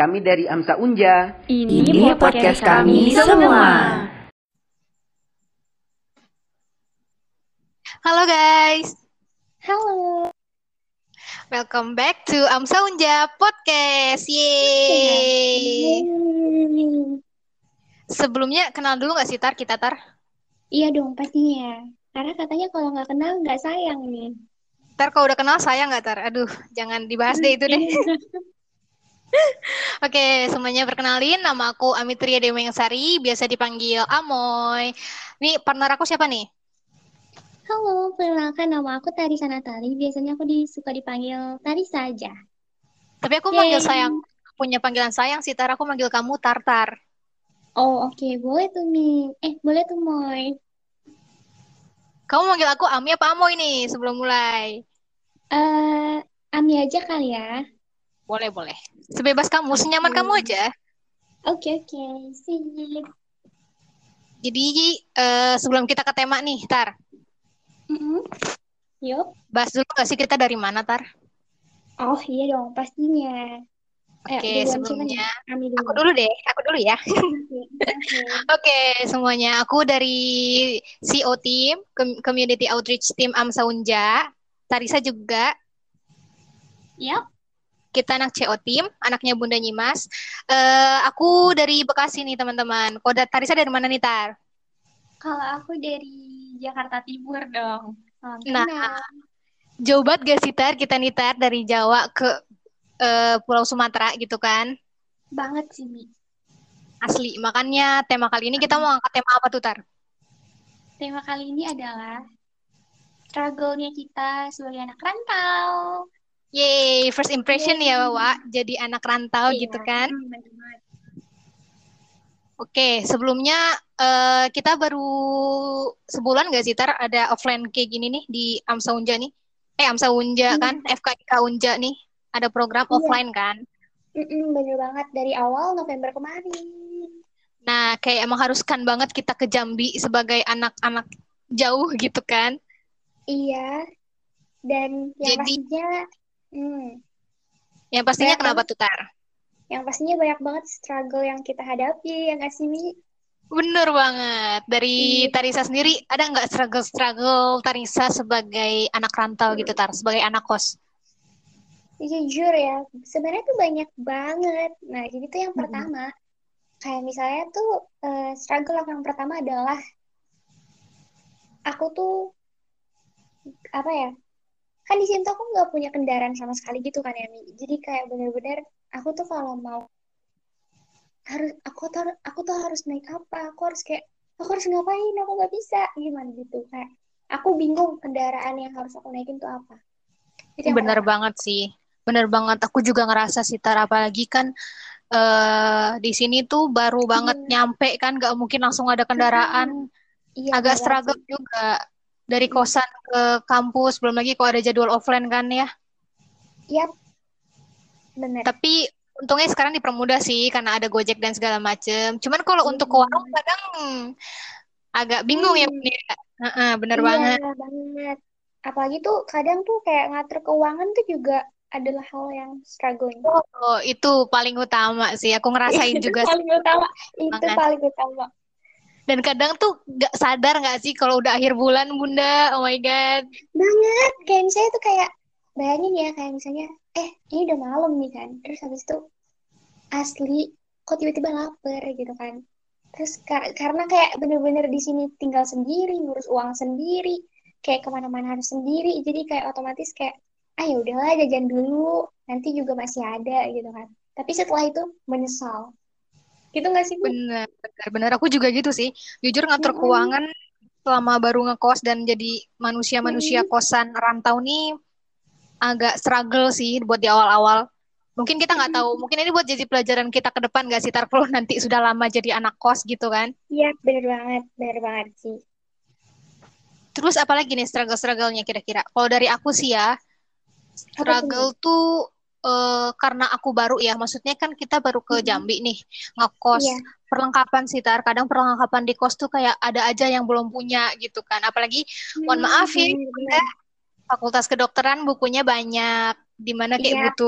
Kami dari Amsa Unja. Ini podcast kami semua. Halo guys, Halo. welcome back to Amsa Unja Podcast. Yeay. Sebelumnya kenal dulu nggak sih kita Tar? Iya dong pastinya. Karena katanya kalau nggak kenal nggak sayang nih. Tar kalau udah kenal sayang nggak Tar? Aduh, jangan dibahas deh itu deh. Oke, semuanya perkenalin, nama aku Amitria Dewi Mengsari, biasa dipanggil Amoy. Nih partner aku siapa nih? Halo, perkenalkan nama aku Tarisa Natali. Biasanya aku suka dipanggil Tarisa aja. Tapi aku manggil Yeay. sayang, punya panggilan sayang sih Tar, aku manggil kamu Tartar. Oh oke, boleh tuh Mi. Boleh tuh Moy. Kamu manggil aku Ami apa Amoy nih sebelum mulai? Ami aja kali ya. Boleh. Sebebas kamu, senyaman kamu aja. Oke, sip. Jadi sebelum kita ke tema nih, Tar, Yuk. bahas dulu gak sih kita dari mana, Tar? Oh iya dong, pastinya. Oke, Duluan siapa nih? sebelumnya Ami aku dulu. dulu ya. Oke. Oke, semuanya. Aku dari CO Team, Community Outreach Team Amsa Unja. Tarisa juga. Yap. Kita anak CO Team, anaknya Bunda Nyimas. Aku dari Bekasi nih, teman-teman. Kok Tarisa dari mana nih, Tar? Kalau aku dari Jakarta Timur dong. Salam Nah, kenal. jauh banget gak sih, Tar? Kita nih, Tar, dari Jawa ke Pulau Sumatera gitu kan. Banget sih, Mi. Asli, makanya tema kali ini kita mau angkat tema apa tuh, Tar? Tema kali ini adalah struggle-nya kita sebagai anak rantau. Yeay, first impression Yeay. ya, Wak. Jadi anak rantau Iya, gitu kan. bener banget. Oke, sebelumnya kita baru sebulan gak sih, Tar, ada offline kayak gini nih di Amsa Unja nih. Amsa Unja Iya, kan, FKIK Unja nih. Ada program iya. offline kan. Bener banget dari awal November kemarin. Nah, kayak emang haruskan banget kita ke Jambi sebagai anak-anak jauh gitu kan. Iya, dan yang Jadi, pastinya, yang pastinya banyak kenapa banget, tuh, Tar? yang pastinya banyak banget struggle yang kita hadapi, ya nggak sih, Mi? Bener banget. Dari Iya. Tarisa sendiri, ada nggak struggle-struggle Tarisa sebagai anak rantau gitu, Tar? Sebagai anak kos? Jujur ya, sebenarnya tuh banyak banget. Nah, jadi tuh yang Mm-mm. pertama, kayak misalnya tuh struggle aku yang pertama adalah aku tuh apa ya? Kan di sini tuh aku nggak punya kendaraan sama sekali gitu kan ya, Mi. Jadi kayak bener-bener aku tuh kalau mau aku tuh harus naik apa? Aku harus ngapain? Aku nggak bisa gimana gitu kayak aku bingung kendaraan yang harus aku naikin tuh apa. Itu yang Bener pertama. banget sih. Bener banget. Aku juga ngerasa sih, Tar. Apalagi kan di sini tuh baru banget Iya, nyampe kan, nggak mungkin langsung ada kendaraan. iya Agak bener banget sih. struggle juga dari Mm-mm. kosan ke kampus. Belum lagi kalau ada jadwal offline kan ya. Iya, bener. Tapi untungnya sekarang dipermudah sih karena ada Gojek dan segala macem. Cuman kalau Iya untuk ke bener warung banget. kadang agak bingung ya, Hmm. Bun, ya. Heeh, bener Iya, banget. banget. Apalagi tuh kadang tuh kayak ngatur keuangan tuh juga adalah hal yang struggling. Oh, itu paling utama sih. Aku ngerasain Itu juga sih paling utama. Itu banget. paling utama. Dan kadang tuh nggak sadar nggak sih kalau udah akhir bulan, Bunda. Oh my God. Banget. Kayak misalnya tuh kayak, bayangin ya kayak misalnya, ini udah malam nih kan. Terus habis itu asli, kok tiba-tiba lapar gitu kan. Terus karena kayak bener-bener di sini tinggal sendiri, ngurus uang sendiri, kayak kemana-mana harus sendiri. Jadi kayak otomatis kayak, ya udahlah jajan dulu, nanti juga masih ada gitu kan. Tapi setelah itu menyesal. Gitu nggak sih, Mi? Bener. Aku juga gitu sih. Jujur ngatur Mm-mm. keuangan selama baru ngekos dan jadi manusia-manusia Mm-mm. kosan rantau nih agak struggle sih buat di awal-awal. Mungkin kita nggak tahu, Mm-mm. mungkin ini buat jadi pelajaran kita ke depan nggak sih, Tar, kalau nanti sudah lama jadi anak kos gitu kan. Iya, bener banget sih. Terus apalagi nih struggle-strugglenya kira-kira? Kalau dari aku sih ya, Apa tuh, Mi? struggle tuh karena aku baru ya, maksudnya kan kita baru ke Mm-mm. Jambi nih, ngekos. Iya. Perlengkapan sih, Tar. Kadang perlengkapan di kos tuh kayak ada aja yang belum punya gitu kan. Apalagi, mohon maaf ya, Bener. Fakultas kedokteran bukunya banyak, di mana kayak Iya, butuh.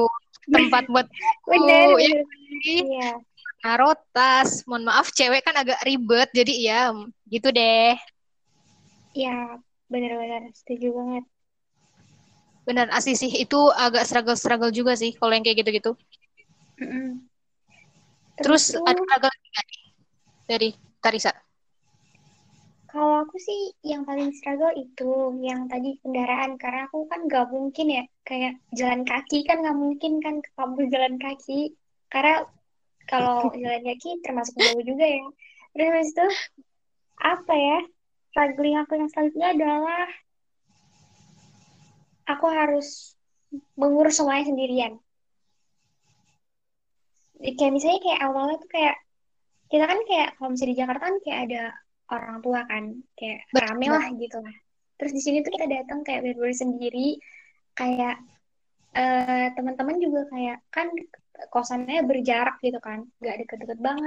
tempat buat Bener, buku ya bener. sih. Iya, Naruh tas. Mohon maaf, cewek kan agak ribet, jadi ya gitu deh. iya, bener-bener setuju banget. Bener asli sih, itu agak struggle-struggle juga sih kalau yang kayak gitu-gitu. Mm-mm. Terus Terus ada tuh, struggle lagi nggak nih dari Tarisa? kalau aku sih yang paling struggle itu yang tadi kendaraan, karena aku kan nggak mungkin ya kayak jalan kaki kan nggak mungkin kan ke kampus jalan kaki, karena kalau jalan kaki termasuk jauh juga ya. Terus habis itu apa ya? Struggling aku yang selanjutnya adalah aku harus mengurus semuanya sendirian. Kayak misalnya kayak awalnya tuh kayak kita kan kayak kalau misalnya di Jakarta kan kayak ada orang tua kan, kayak rame Benar. lah gitu lah. Terus di sini tuh kita datang kayak berburu sendiri, kayak teman-teman juga kayak kan kosannya berjarak gitu kan, nggak deket-deket banget.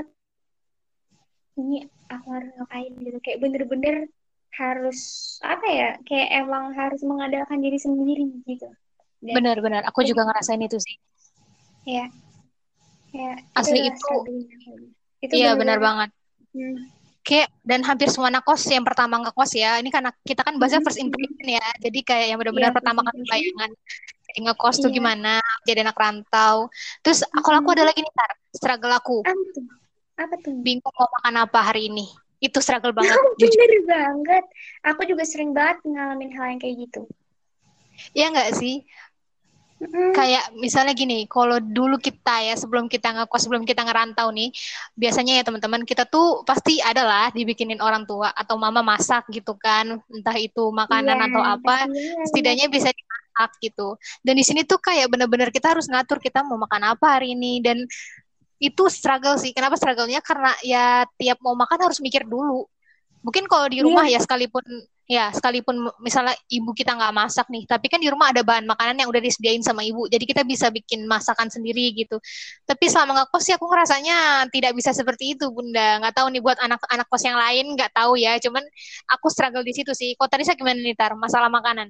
Ini aku harus ngapain gitu, kayak bener-bener harus apa ya, kayak emang harus mengandalkan diri sendiri gitu. Dan Benar-benar, aku juga ngerasain itu sih. ya, ya itu Asli adalah itu, struggling aku. Itu iya benar bener-bener banget. hmm, Kayak dan hampir semua anak kos yang pertama ngekos ya. Ini karena kita kan bahasa first impression ya. Jadi kayak yang iya benar-benar first pertama kali impression. bayangan jadi ngekos tuh Iya. gimana, jadi anak rantau. Terus kalau aku ada Mm-mm. lagi nih, Tar, struggle aku. Apa tuh? Apa tuh? Bingung mau makan apa hari ini. Itu struggle banget, jujur. Bener banget. Aku juga sering banget ngalamin hal yang kayak gitu. Iya nggak sih? Mm-mm. Kayak misalnya gini, kalau dulu kita ya sebelum kita ngekos, sebelum kita ngerantau nih, biasanya ya teman-teman kita tuh pasti ada lah dibikinin orang tua atau mama masak gitu kan, entah itu Iya, makanan atau apa, pasti banget. setidaknya bisa dimasak gitu. Dan di sini tuh kayak bener-bener kita harus ngatur kita mau makan apa hari ini dan itu struggle sih. Kenapa struggle-nya? Karena ya tiap mau makan harus mikir dulu. Mungkin kalau di rumah Iya, ya sekalipun misalnya ibu kita nggak masak nih, tapi kan di rumah ada bahan makanan yang udah disediain sama ibu, jadi kita bisa bikin masakan sendiri gitu. Tapi selama ngekos sih aku ngerasanya tidak bisa seperti itu, Bunda. Nggak tahu nih buat anak-anak kos yang lain nggak tahu ya. Cuman aku struggle di situ sih. Kok tadi saya gimana nih Tar, masalah makanan?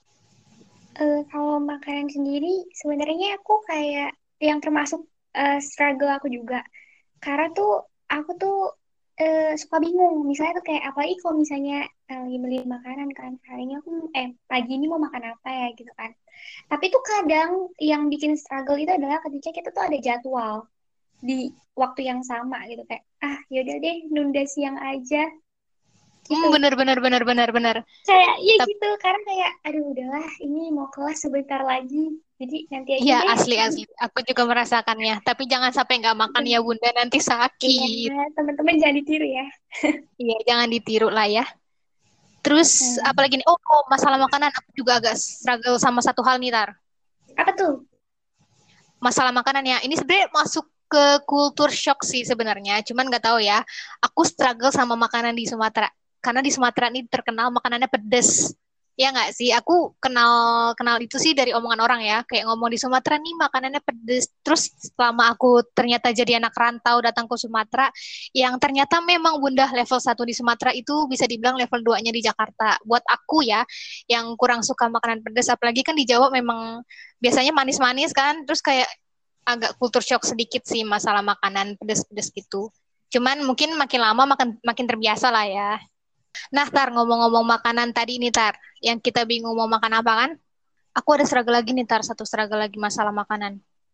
kalau makanan sendiri sebenarnya aku kayak yang termasuk struggle aku juga. Karena tuh aku tuh suka bingung. Misalnya tuh kayak apalagi kalau misalnya lagi beli makanan kan, hari ini aku pagi ini mau makan apa ya gitu kan. Tapi tuh kadang yang bikin struggle itu adalah ketika kita tuh ada jadwal di waktu yang sama gitu, kayak yaudah deh nunda siang aja gitu, Bener bener bener bener bener. kayak ya Tapi gitu, karena kayak aduh udahlah ini mau kelas sebentar lagi, jadi nanti aja ya deh. asli asli, aku juga merasakannya. Tapi jangan sampai nggak makan ya Bunda, nanti Iya, sakit. teman-teman jangan ditiru ya. Iya jangan ditiru lah ya. Terus Hmm. apalagi nih? Oh, masalah makanan aku juga agak struggle sama satu hal nih, Tar. Apa tuh? Masalah makanan ya. Ini sebenarnya masuk ke kultur shock sih sebenarnya. Cuman nggak tahu ya. Aku struggle sama makanan di Sumatera. Karena di Sumatera ini terkenal makanannya pedes. Ya nggak sih? Aku kenal kenal itu sih dari omongan orang ya. Kayak ngomong di Sumatera nih makanannya pedes. Terus selama aku ternyata jadi anak rantau datang ke Sumatera, yang ternyata memang Bunda level 1 di Sumatera itu bisa dibilang level 2-nya di Jakarta. Buat aku ya, yang kurang suka makanan pedes, apalagi kan di Jawa memang biasanya manis-manis kan, terus kayak agak kultur shock sedikit sih masalah makanan pedes-pedes gitu. Cuman mungkin makin lama makin makin terbiasa lah ya. Nah, Tar, ngomong-ngomong makanan tadi nih, Tar, yang kita bingung mau makan apa kan? Aku ada struggle lagi nih, Tar, satu struggle lagi masalah makanan.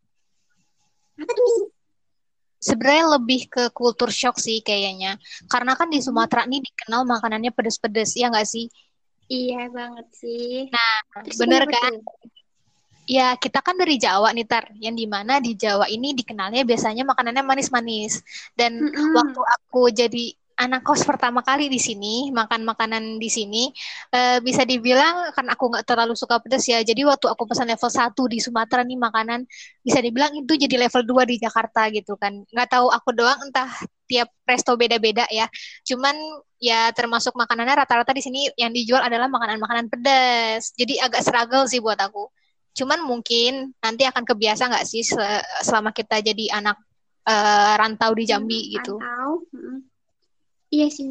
Apa tuh? Sebenarnya lebih ke kultur shock sih kayaknya. Karena kan di Hmm. Sumatera nih dikenal makanannya pedes-pedes, ya nggak sih? Iya banget sih. Nah, Terus bener kenapa kan? tuh? Ya, kita kan dari Jawa nih, Tar. Yang dimana di Jawa ini dikenalnya biasanya makanannya manis-manis. Dan waktu Mm-mm. aku jadi anak kos pertama kali di sini, makan makanan di sini, bisa dibilang kan aku nggak terlalu suka pedas ya. Jadi waktu aku pesan level 1 di Sumatera nih makanan, bisa dibilang itu jadi level 2 di Jakarta gitu kan. Nggak tahu aku doang, entah tiap resto beda-beda ya. Cuman ya termasuk makanannya rata-rata di sini yang dijual adalah makanan-makanan pedas. Jadi agak struggle sih buat aku. Cuman mungkin nanti akan kebiasa nggak sih selama kita jadi anak rantau di Jambi gitu. Pantau. Mm-mm. Iya sih.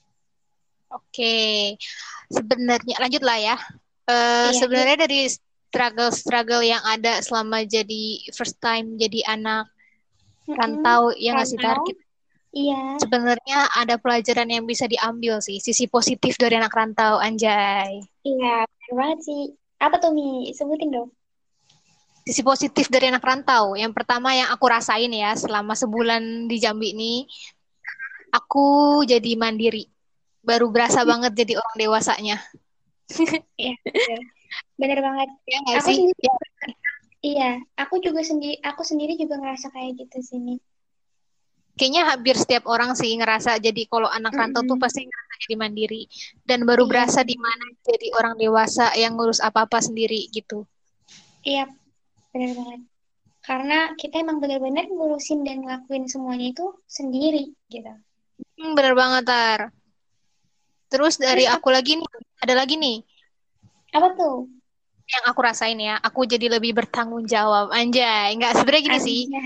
Oke, sebenarnya lanjut lah ya. Iya, Sebenarnya lanjut. dari struggle-struggle yang ada selama jadi first time jadi anak Mm-mm. rantau yang ngasih Rantau. target. Iya. Sebenarnya ada pelajaran yang bisa diambil sih, sisi positif dari anak rantau, anjay. Iya, bener banget sih. Apa tuh, Mi? Sebutin dong. Sisi positif dari anak rantau. Yang pertama yang aku rasain ya selama sebulan di Jambi ini, aku jadi mandiri. Baru berasa banget jadi orang dewasanya. Iya, bener. Bener banget. Ya nggak Aku sih? sendiri, Ya, iya, aku sendiri juga ngerasa kayak gitu sih, Mi. kayaknya hampir setiap orang sih ngerasa jadi kalau anak rantau tuh Mm-mm. pasti ngerasa jadi mandiri. Dan baru Iya, berasa di mana bener. jadi orang dewasa yang ngurus apa-apa sendiri gitu. Iya, bener banget. Karena kita emang bener-bener ngurusin dan ngelakuin semuanya itu sendiri, gitu. Bener banget, Tar. Terus dari Terus aku lagi nih, ada lagi nih apa tuh? yang aku rasain ya. Aku jadi lebih bertanggung jawab. Anjay, nggak sebenarnya gini sih. Anjay.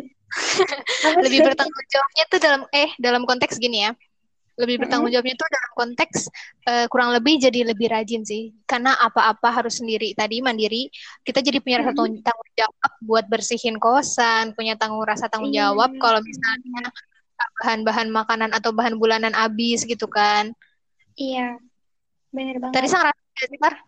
Apa Lebih tuh? bertanggung jawabnya tuh dalam konteks gini ya. Lebih bertanggung Mm-mm. jawabnya tuh dalam konteks kurang lebih jadi lebih rajin sih. Karena apa-apa harus sendiri. Tadi mandiri, kita jadi punya rasa Mm-mm. tanggung jawab buat bersihin kosan, punya rasa tanggung Iya, jawab kalau misalnya benar-benar. bahan-bahan makanan atau bahan bulanan habis gitu kan. Iya, bener Tadi banget. saya ngerasa nggak sih, Tar?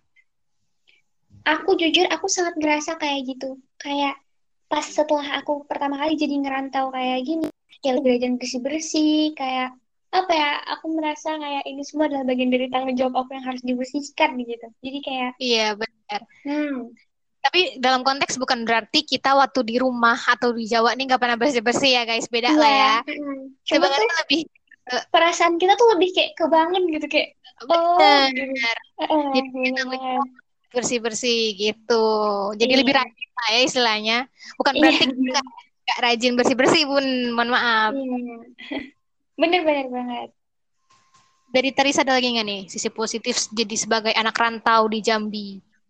Aku jujur, aku sangat ngerasa kayak gitu. Kayak pas setelah aku pertama kali jadi ngerantau kayak gini, ya lebih rajin bersih-bersih, kayak apa ya, aku merasa kayak ini semua adalah bagian dari tanggung jawab aku yang harus dibersihkan gitu. Jadi kayak, Iya, benar. hmm, Tapi dalam konteks bukan berarti kita waktu di rumah atau di Jawa nih nggak pernah bersih-bersih ya guys, beda iya, lah ya. cuma tuh Sebenarnya lebih perasaan kita tuh lebih kayak kebangun gitu, kayak, oh, gitu. benar. Jadi punya Bener tanggung banget. jawab bersih-bersih gitu. Jadi lebih Iya, rajin lah ya istilahnya. Bukan iya, berarti kita nggak rajin bersih-bersih pun, mohon maaf. iya. Bener-bener banget. Dari Teresa ada lagi nggak nih sisi positif jadi sebagai anak rantau di Jambi?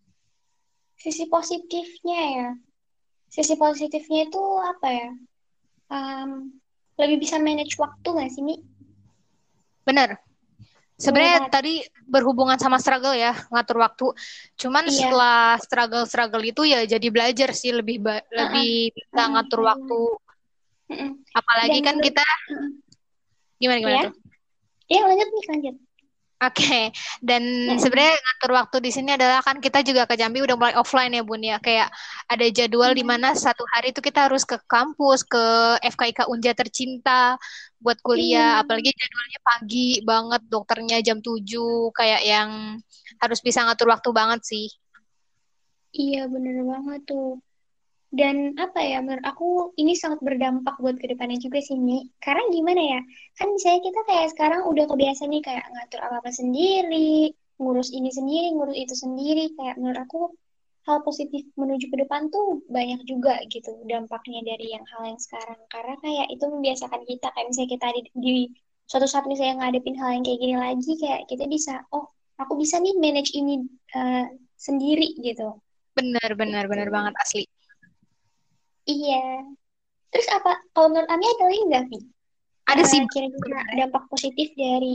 Sisi positifnya ya. Sisi positifnya itu apa ya? Um, lebih bisa manage waktu nggak sih, Mi? Bener. Bener Sebenarnya banget. tadi berhubungan sama struggle ya, ngatur waktu. Cuman Iya. setelah struggle-struggle itu ya jadi belajar sih Heeh, lebih bisa heeh, ngatur bener waktu. banget. Heeh. Apalagi Dan kan menurut, kita heeh. gimana gimana Ya, tuh? ya lanjut nih, lanjut. Oke, dan Heeh. sebenarnya ngatur waktu di sini adalah kan kita juga ke Jambi udah mulai offline ya Bun ya, kayak ada jadwal di Iya. mana satu hari itu kita harus ke kampus, ke FKIK Unja tercinta buat Iya. kuliah, apalagi jadwalnya pagi banget, dokternya jam 7, kayak yang harus bisa ngatur waktu banget sih. Iya, bener banget tuh. Dan apa ya, menurut aku ini sangat berdampak buat kedepannya juga sih, Mi. Karena gimana ya, kan misalnya kita kayak sekarang udah kebiasa nih kayak ngatur apa-apa sendiri, ngurus ini sendiri, ngurus itu sendiri. Kayak menurut aku hal positif menuju ke depan tuh banyak juga gitu dampaknya dari yang hal yang sekarang. Karena kayak itu membiasakan kita, kayak misalnya kita di suatu saat misalnya ngadepin hal yang kayak gini lagi, kayak kita bisa, oh aku bisa nih manage ini eh, sendiri gitu. Bener, bener, Gitu. bener banget asli. Iya. Terus apa, kalau menurut Ami ada lagi nggak, Vi? Ada sih Kira-kira sebenarnya. dampak positif dari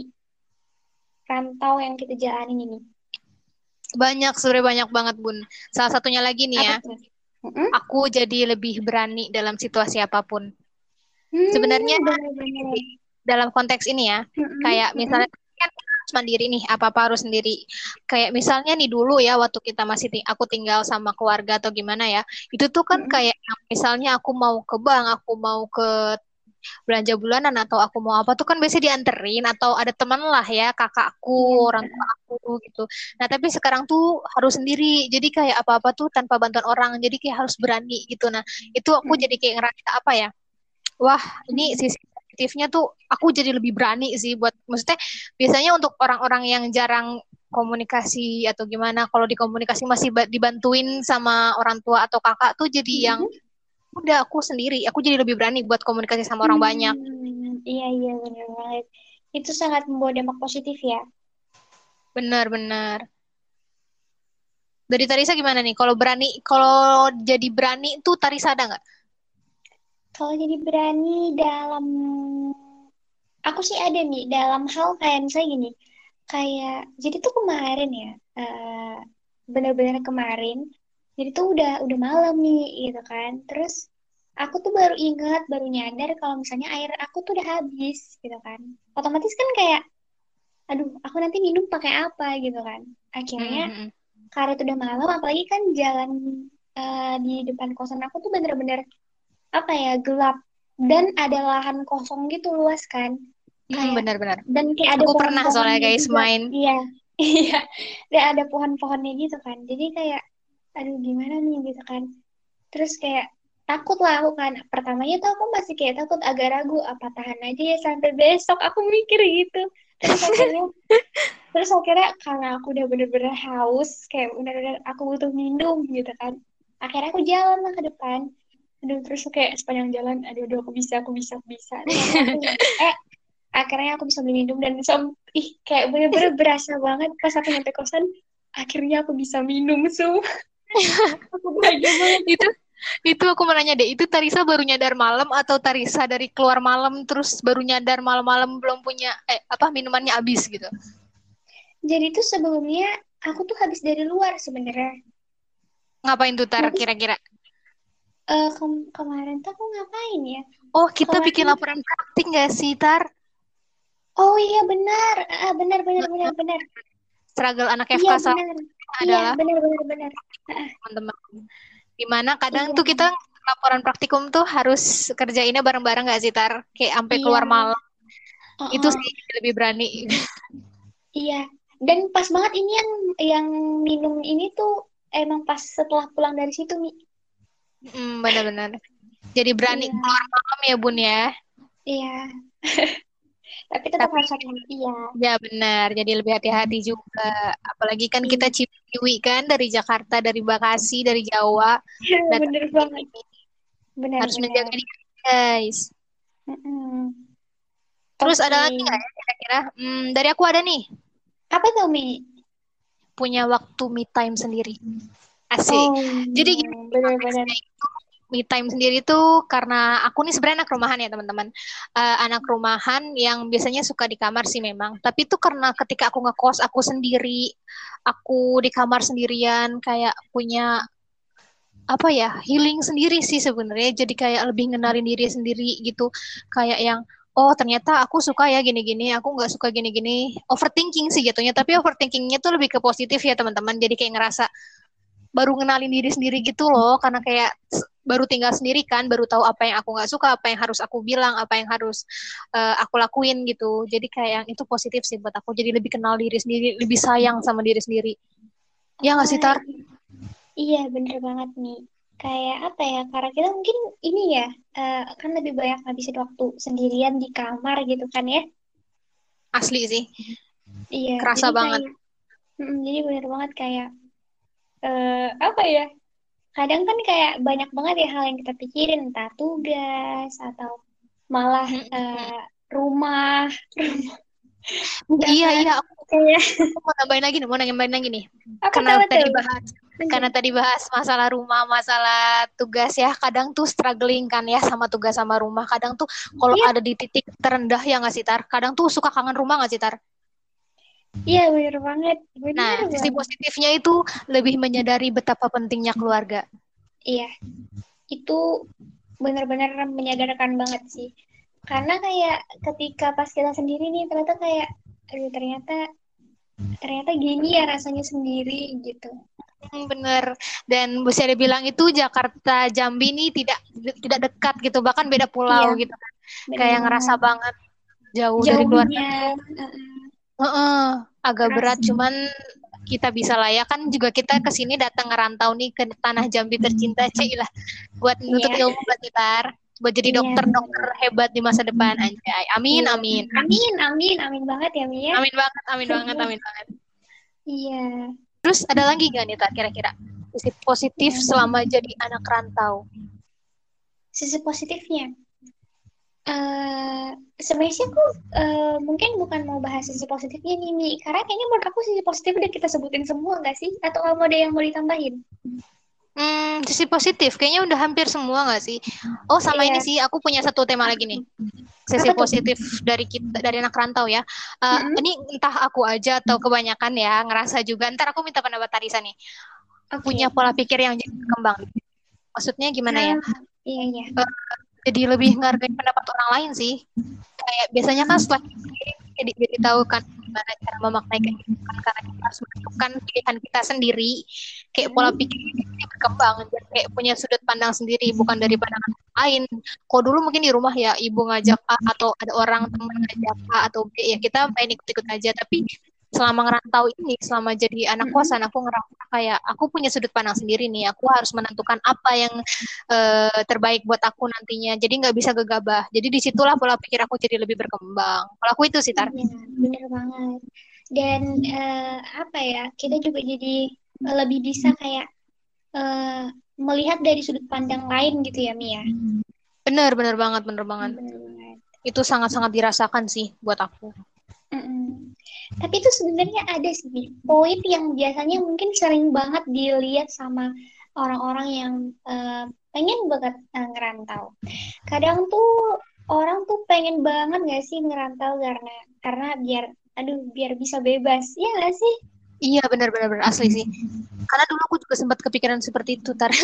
rantau yang kita jalanin ini? Banyak, sebenarnya banyak banget Bun. Salah satunya lagi nih Apa ya, tuh? Mm-mm. aku jadi lebih berani dalam situasi apapun. Sebenarnya Bener-bener. dalam konteks ini ya, Mm-mm. kayak misalnya Mm-mm. kan kita harus mandiri nih, apa-apa harus sendiri. Kayak misalnya nih dulu ya, waktu kita masih aku tinggal sama keluarga atau gimana ya, itu tuh kan Mm-mm. kayak misalnya aku mau ke bank, aku mau ke belanja bulanan atau aku mau apa tuh kan biasanya dianterin atau ada teman lah ya, kakakku, Iya. orang tua aku gitu. Nah, tapi sekarang tuh harus sendiri. Jadi kayak apa-apa tuh tanpa bantuan orang. Jadi kayak harus berani gitu. Nah, itu aku jadi Mm-mm. kayak ngerasa apa ya? Wah, ini Mm-mm. sisi positifnya tuh aku jadi lebih berani sih buat maksudnya biasanya untuk orang-orang yang jarang komunikasi atau gimana kalau di komunikasi masih dibantuin sama orang tua atau kakak tuh jadi yang Mm-mm. udah aku sendiri, aku jadi lebih berani buat komunikasi sama orang banyak. Iya, iya, bener banget. Itu sangat membawa dampak positif ya. Benar-benar. Dari Tarisa gimana nih? Kalau jadi berani tuh Tarisa ada nggak? Kalau jadi berani dalam, aku sih ada nih, dalam hal kayak misalnya gini, kayak, jadi tuh kemarin ya, bener-bener kemarin, Jadi tuh udah malam nih gitu kan. Terus aku tuh baru ingat, baru nyadar kalau misalnya air aku tuh udah habis gitu kan. Otomatis kan kayak, aduh aku nanti minum pakai apa gitu kan. Akhirnya Mm-mm. karena itu udah malam, apalagi kan jalan di depan kosan aku tuh bener-bener apa ya, gelap. Dan ada lahan kosong gitu luas kan. Kayak, Benar-benar. dan kayak ada Aku pernah soalnya pohon-pohonnya guys juga. main. Iya, iya. Dan ada pohon-pohonnya gitu kan. Jadi kayak, aduh gimana nih gitu kan. Terus kayak takut lah aku kan. Pertamanya tuh aku masih kayak takut, agak ragu apa tahan aja ya sampai besok. Aku mikir gitu. Terus akhirnya karena aku udah bener-bener haus, kayak bener-bener aku butuh minum gitu kan. Akhirnya aku jalan lah ke depan. Aduh, terus kayak sepanjang jalan, aduh, aku bisa. Terus akhirnya aku nyampe, akhirnya aku bisa beli minum dan ih, kayak bener-bener berasa banget pas aku nyampe kosan, akhirnya aku bisa minum semua. Aku bahagia banget. itu itu aku mau nanya deh, itu Tarisa baru nyadar malam atau Tarisa dari keluar malam terus baru nyadar malam-malam belum punya apa minumannya habis gitu. Jadi tuh sebelumnya aku tuh habis dari luar sebenarnya. Ngapain tuh Tar Tapi kira-kira? kemarin tuh aku ngapain ya? Oh, kita bikin Kemarin, laporan praktik nggak sih, Tar? oh iya benar, benar benar benar benar. Struggle anak Iya FK saat benar, iya adalah benar benar benar. Ah, teman-teman. Dimana kadang iya tuh kita laporan praktikum tuh harus kerjainnya bareng-bareng nggak sih, Tar? Kayak sampai iya, keluar malam. Itu uh-uh, sih lebih berani. iya. Dan pas banget ini yang minum ini tuh emang pas setelah pulang dari situ nih. Benar-benar. Jadi berani Iya, keluar malam ya, Bun ya. iya. Tapi tetap Tapi harus hati-hati ya. ya benar, jadi lebih hati-hati juga. Apalagi kan kita Iya, ciwi kan dari Jakarta, dari Bekasi, dari Jawa, datang bener ke banget. sini. Harus menjaga Benar-benar. diri, guys. Mm-mm. Terus ada Oke. lagi nggak ya kira-kira? Dari aku ada nih, Apa tuh, Mi? punya waktu me time sendiri. Asik. Oh, Jadi gini, benar-benar. konteksnya itu me time sendiri tuh karena aku nih sebenarnya anak rumahan ya teman-teman. Anak rumahan yang biasanya suka di kamar sih memang. Tapi itu karena ketika aku ngekos aku sendiri, aku di kamar sendirian kayak punya apa ya healing sendiri sih sebenarnya. Jadi kayak lebih ngenalin diri sendiri gitu. Kayak yang oh ternyata aku suka ya gini-gini, aku nggak suka gini-gini. Overthinking sih jatuhnya. Tapi overthinkingnya tuh lebih ke positif ya teman-teman. Jadi kayak ngerasa baru ngenalin diri sendiri gitu loh karena kayak baru tinggal sendiri kan baru tahu apa yang aku nggak suka apa yang harus aku bilang apa yang harus aku lakuin gitu jadi kayak yang itu positif sih buat aku jadi lebih kenal diri sendiri lebih sayang sama diri sendiri ya nggak sih Oh, Tar? iya bener banget nih. Kayak apa ya? Karena kita mungkin ini ya, kan lebih banyak ngabisin waktu sendirian di kamar gitu kan ya. Asli sih Iya, kerasa jadi banget. kayak, jadi bener banget kayak, apa ya? Kadang kan kayak banyak banget ya hal yang kita pikirin, entah tugas atau malah rumah, ya Iya kan? iya Kayak aku mau nambahin lagi nih mau nambahin lagi nih apa karena tuh tadi tuh? bahas Lanjut. karena tadi bahas masalah rumah, masalah tugas ya, kadang tuh struggling kan ya sama tugas sama rumah. Kadang tuh kalau Iya, ada di titik terendah ya nggak sih Tar? Kadang tuh suka kangen rumah nggak sih Tar? iya bener banget, Nah, bener sisi banget. positifnya itu lebih menyadari betapa pentingnya keluarga. Iya, itu bener-bener menyadarkan banget sih. Karena kayak ketika pas kita sendiri nih, ternyata kayak, aduh ternyata ternyata gini ya rasanya sendiri gitu. Bener. Dan Bu Seri bilang itu Jakarta Jambi ini tidak tidak dekat gitu, bahkan beda Iya, pulau gitu kan. bener Kayak ngerasa banget. banget jauh dari keluarga Jauhnya, tuh. uh-uh, Heeh, agak berat terasa. cuman kita bisa lah ya kan juga kita ke sini datang ngerantau nih ke tanah Jambi tercinta Cailah buat nuntut Iya, ilmu buat kita buat jadi iya, dokter-dokter hebat di masa depan anjay. Amin iya. amin. Amin, amin, amin banget ya Mia. Amin banget, amin banget, amin banget. Iya. Terus ada lagi gak nih Tak kira-kira sisi positif selama jadi anak rantau? Sisi positifnya. eh Sebenarnya sih aku mungkin bukan mau bahas sisi positifnya nih, Mi. Karena kayaknya menurut aku sisi positif udah kita sebutin semua nggak sih? Atau kamu ada yang mau ditambahin? Sisi positif kayaknya udah hampir semua gak sih? Oh sama ini Iya, sih aku punya satu tema lagi nih. Sisi apa tuh? positif dari kita dari anak rantau ya. Mm-mm. Ini entah aku aja atau kebanyakan ya ngerasa juga. Ntar aku minta pendapat Tarisa nih. Oke. punya pola pikir yang jadi berkembang. Maksudnya gimana ya? Ah, iya iya. Eh, jadi lebih menghargai pendapat orang lain sih. Kayak biasanya kan setelah kita sendiri jadi tahu kan gimana cara memaknai kehidupan karena kita harus menentukan pilihan kita sendiri. Kayak pola pikir kita jadi berkembang, dan kayak punya sudut pandang sendiri bukan dari pandangan orang lain. Kalau dulu mungkin di rumah ya ibu ngajak A atau ada orang teman ngajak A atau B ya kita main ikut-ikut aja. Tapi selama ngerantau ini, selama jadi anak kosan, aku ngerasa kayak aku punya sudut pandang sendiri nih. Aku harus menentukan apa yang terbaik buat aku nantinya. Jadi nggak bisa gegabah. Jadi disitulah pola pikir aku jadi lebih berkembang. Kalau aku itu sih Tar. Iya, bener banget. Dan apa ya, kita juga jadi lebih bisa kayak eh, melihat dari sudut pandang lain gitu ya, Mia. Bener, bener banget, bener banget. Bener banget. Itu sangat-sangat dirasakan sih buat aku. Mm-mm. Tapi itu sebenarnya ada sih Mi, poin yang biasanya mungkin sering banget dilihat sama orang-orang yang pengen banget ngerantau. Kadang tuh orang tuh pengen banget gak sih ngerantau karena biar aduh biar bisa bebas. Ya gak sih? Iya, bener-bener asli sih. Karena dulu aku juga sempat kepikiran seperti itu, Tar.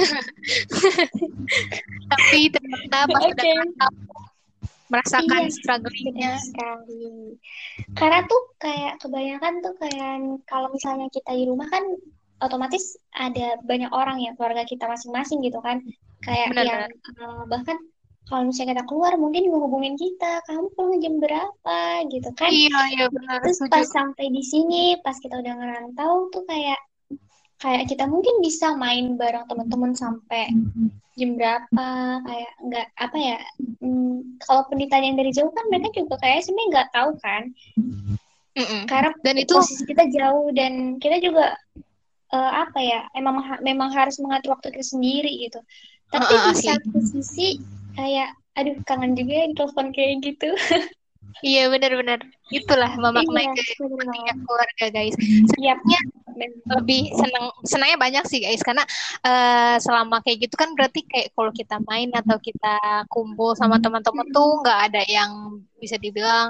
Tapi ternyata pas udah Oke. ngerantau, merasakan Iya, benar struggle-nya. sekali. Karena tuh kayak kebanyakan tuh kayak kalau misalnya kita di rumah kan otomatis ada banyak orang ya keluarga kita masing-masing gitu kan. Kayak yang Benar-benar. bahkan kalau misalnya kita keluar mungkin ngehubungin kita, kamu pulang jam berapa gitu kan. Iya, iya benar, Terus setuju. pas sampai di sini, pas kita udah ngerantau tuh kayak kayak kita mungkin bisa main bareng teman-teman sampai jam berapa kayak nggak apa ya kalaupun ditanyain dari jauh kan mereka juga kayak sebenarnya nggak tahu kan Mm-mm. karena Dan itu, posisi kita jauh dan kita juga apa ya memang harus mengatur waktu kita sendiri gitu tapi di asli. satu sisi kayak aduh kangen juga ya telepon kayak gitu. Iya, benar-benar. Itulah memaknai Iya bener kepentingan banget. keluarga, guys. Yap. Sebenarnya lebih senangnya banyak sih guys karena selama kayak gitu kan berarti kayak kalau kita main atau kita kumpul sama teman-teman tuh Mm-mm. nggak ada yang bisa dibilang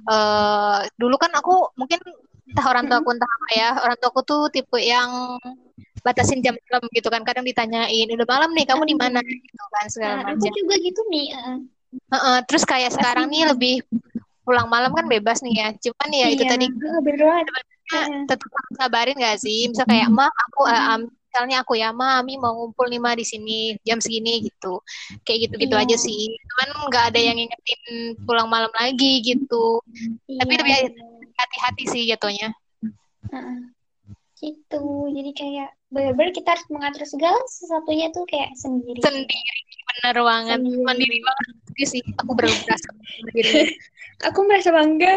dulu kan aku mungkin entah orang tua Mm-mm. aku entah apa ya orang tua aku tuh tipe yang batasin jam malam gitu kan kadang ditanyain udah malam nih kamu di mana gitu kan segala Aku macam. juga gitu nih Terus kayak pasti sekarang nih lebih pulang malam kan bebas nih ya cuman ya itu iya tadi bener banget. sebenarnya tetap harus ngabarin gak sih? Misal kayak, Ma, aku, misalnya aku ya, Ma, Ami mau ngumpul nih, Ma, di sini, jam segini, gitu. Kayak gitu-gitu Iya, aja sih. Cuman nggak ada yang ngingetin pulang malam lagi, gitu. Tapi iya lebih benar. hati-hati sih jatuhnya. Heeh, gitu. Jadi kayak benar-benar kita harus mengatur segala sesuatunya tuh kayak sendiri gitu. Sendiri, bener banget. Mandiri Sendiri. banget. Jadi sih, aku baru berasa mandiri. Aku merasa bangga.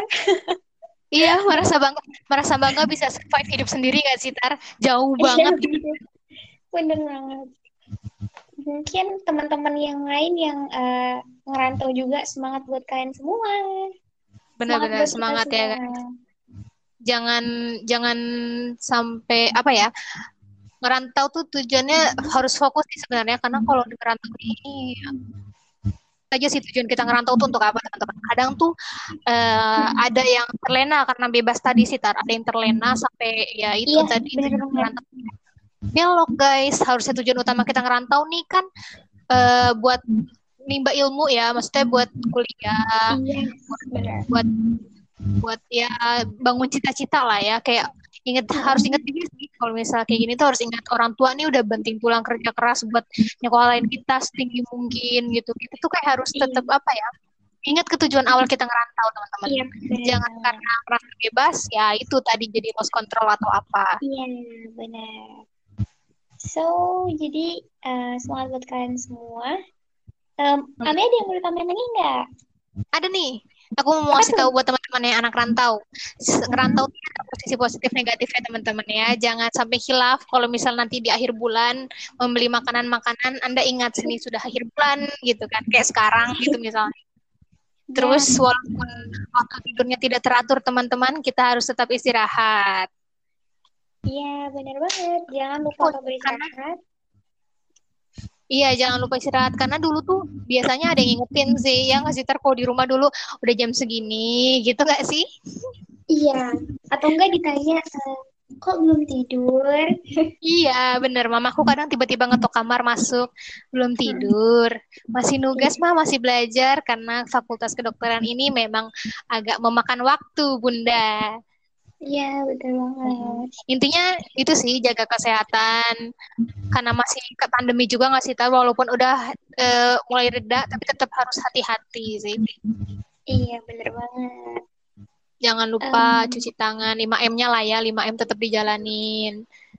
Iya, merasa bangga bisa survive hidup sendiri gak sih, Tar? Jauh Iya, banget. bener. Bener banget. Mungkin teman-teman yang lain yang ngerantau juga semangat buat kalian semua. Semangat Bener-bener buat kita semangat ya, semua. kan? Jangan jangan sampai apa ya ngerantau tuh tujuannya harus fokus sih sebenarnya karena kalau di ngerantau ini aja sih tujuan kita ngerantau tuh untuk apa teman-teman kadang tuh ada yang terlena karena bebas tadi sih Tar ada yang terlena sampai ya itu Iya, tadi bener tujuan banget. ngerantau belok guys harusnya tujuan utama kita ngerantau nih kan buat nimba ilmu ya maksudnya buat kuliah Iya, bener. buat buat ya bangun cita-cita lah ya kayak harus inget juga sih kalau misal kayak gini tuh harus ingat orang tua nih udah banting tulang kerja keras buat nyekolahin kita setinggi mungkin gitu kita tuh kayak harus tetap Iya, apa ya ingat ke tujuan awal kita ngerantau teman-teman iya, bener jangan banget. karena merasa bebas ya itu tadi jadi lost control atau apa Iya, bener. So, jadi semangat buat kalian semua. Ami ada yang mau ditambahin lagi nggak? ada nih aku mau Apa kasih tuh? tahu buat teman-teman yang anak rantau ngerantau Mm-mm. tuh ada posisi positif negatifnya teman-teman ya jangan sampai hilaf kalau misal nanti di akhir bulan membeli makanan-makanan Anda ingat sini sudah akhir bulan gitu kan kayak sekarang gitu misalnya Ya, terus walaupun waktu tidurnya tidak teratur teman-teman kita harus tetap istirahat iya benar banget. Jangan lupa oh, untuk karena beristirahat. iya jangan lupa istirahat karena dulu tuh biasanya ada yang ngingetin sih ya nggak sih Tar, kalau di rumah dulu udah jam segini gitu nggak sih Iya. Atau enggak ditanya, kok belum tidur? Iya, bener. Mamaku kadang tiba-tiba ngetok kamar masuk, belum tidur. Masih nugas, Iya, mah, masih belajar karena Fakultas Kedokteran ini memang agak memakan waktu, Bunda. iya betul banget. Intinya itu sih jaga kesehatan karena masih ke pandemi juga nggak sih tahu walaupun udah mulai reda tapi tetap harus hati-hati sih. Iya bener banget. Jangan lupa Em, cuci tangan 5M-nya lah ya, 5M tetap dijalanin.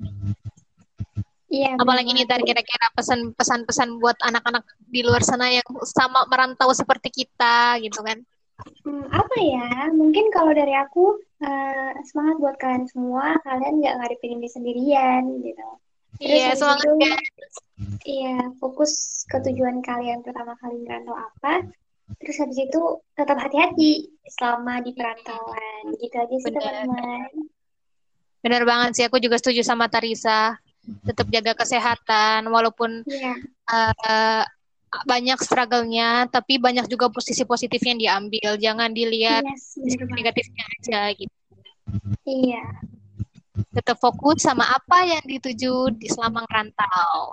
iya bener Apalagi nih banget Tar, tuh. kira-kira pesan-pesan buat anak-anak di luar sana yang sama merantau seperti kita gitu kan. Apa ya? Mungkin kalau dari aku semangat buat kalian semua. Kalian nggak ngadepin ini sendirian gitu. Terus Iya, habis semangat itu, guys. iya fokus ke tujuan kalian pertama kali merantau apa. Terus habis itu tetap hati-hati selama di perantauan. Gitu aja sih Bener. teman-teman. Bener banget sih, aku juga setuju sama Tarisa. Tetap jaga kesehatan, walaupun Iya, eh, banyak struggle-nya, tapi banyak juga posisi positifnya yang diambil. Jangan dilihat yes, bener sisi banget. negatifnya aja gitu. Iya, Tetap fokus sama apa yang dituju di selama ngerantau.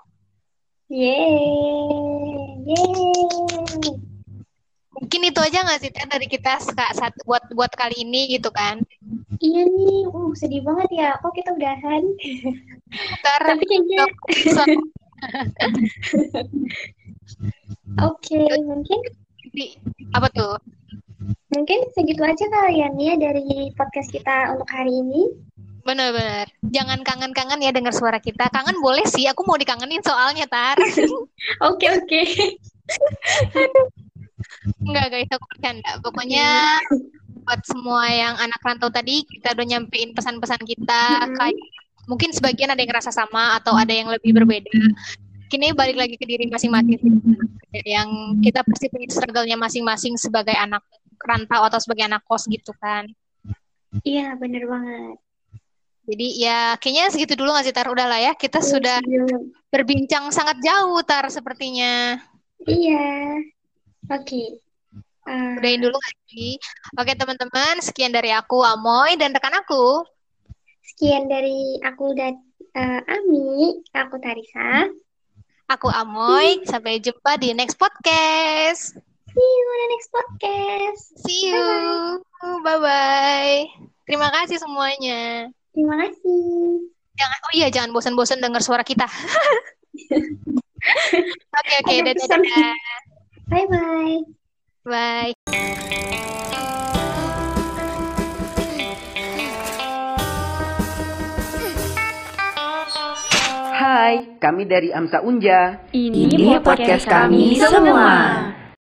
yeay, yeay. Mungkin itu aja nggak sih Teh, dari kita buat buat kali ini gitu kan. Iya nih, sedih banget ya. Kok kita udahan? Ntar Tapi kayaknya, nggak bisa oke, mungkin di apa tuh? mungkin segitu aja kalian ya dari podcast kita untuk hari ini. Bener-bener. Jangan kangen-kangen ya dengar suara kita. Kangen boleh sih, aku mau dikangenin soalnya, Tar. Oke, oke. Enggak, guys, aku bercanda. Pokoknya Oke. buat semua yang anak rantau tadi, kita udah nyampein pesan-pesan kita. Kayak, Mm-mm. mungkin sebagian ada yang ngerasa sama atau ada yang lebih berbeda. Kini balik lagi ke diri masing-masing. Yang kita pasti punya struggle-nya masing-masing sebagai anak rantau atau sebagai anak kos gitu kan. Iya, bener banget. Jadi ya kayaknya segitu dulu nggak sih Tar? Udah lah ya, kita Iya, sudah sebelum. berbincang sangat jauh Tar sepertinya. Iya, oke. Udahin Eh, dulu nggak sih? Oke teman-teman, sekian dari aku Amoy dan rekan aku. sekian dari aku dan Ami, aku Tarisa. Aku Amoy, sampai jumpa di next podcast. See you on the next podcast. See Bye-bye. you. Bye-bye. Terima kasih semuanya. Terima kasih. Oh iya, jangan bosan-bosan dengar suara kita. Oke, Ada dadah, pesan. dadah. Bye-bye. Bye. Hai, kami dari Amsa Unja. Ini podcast kami semua.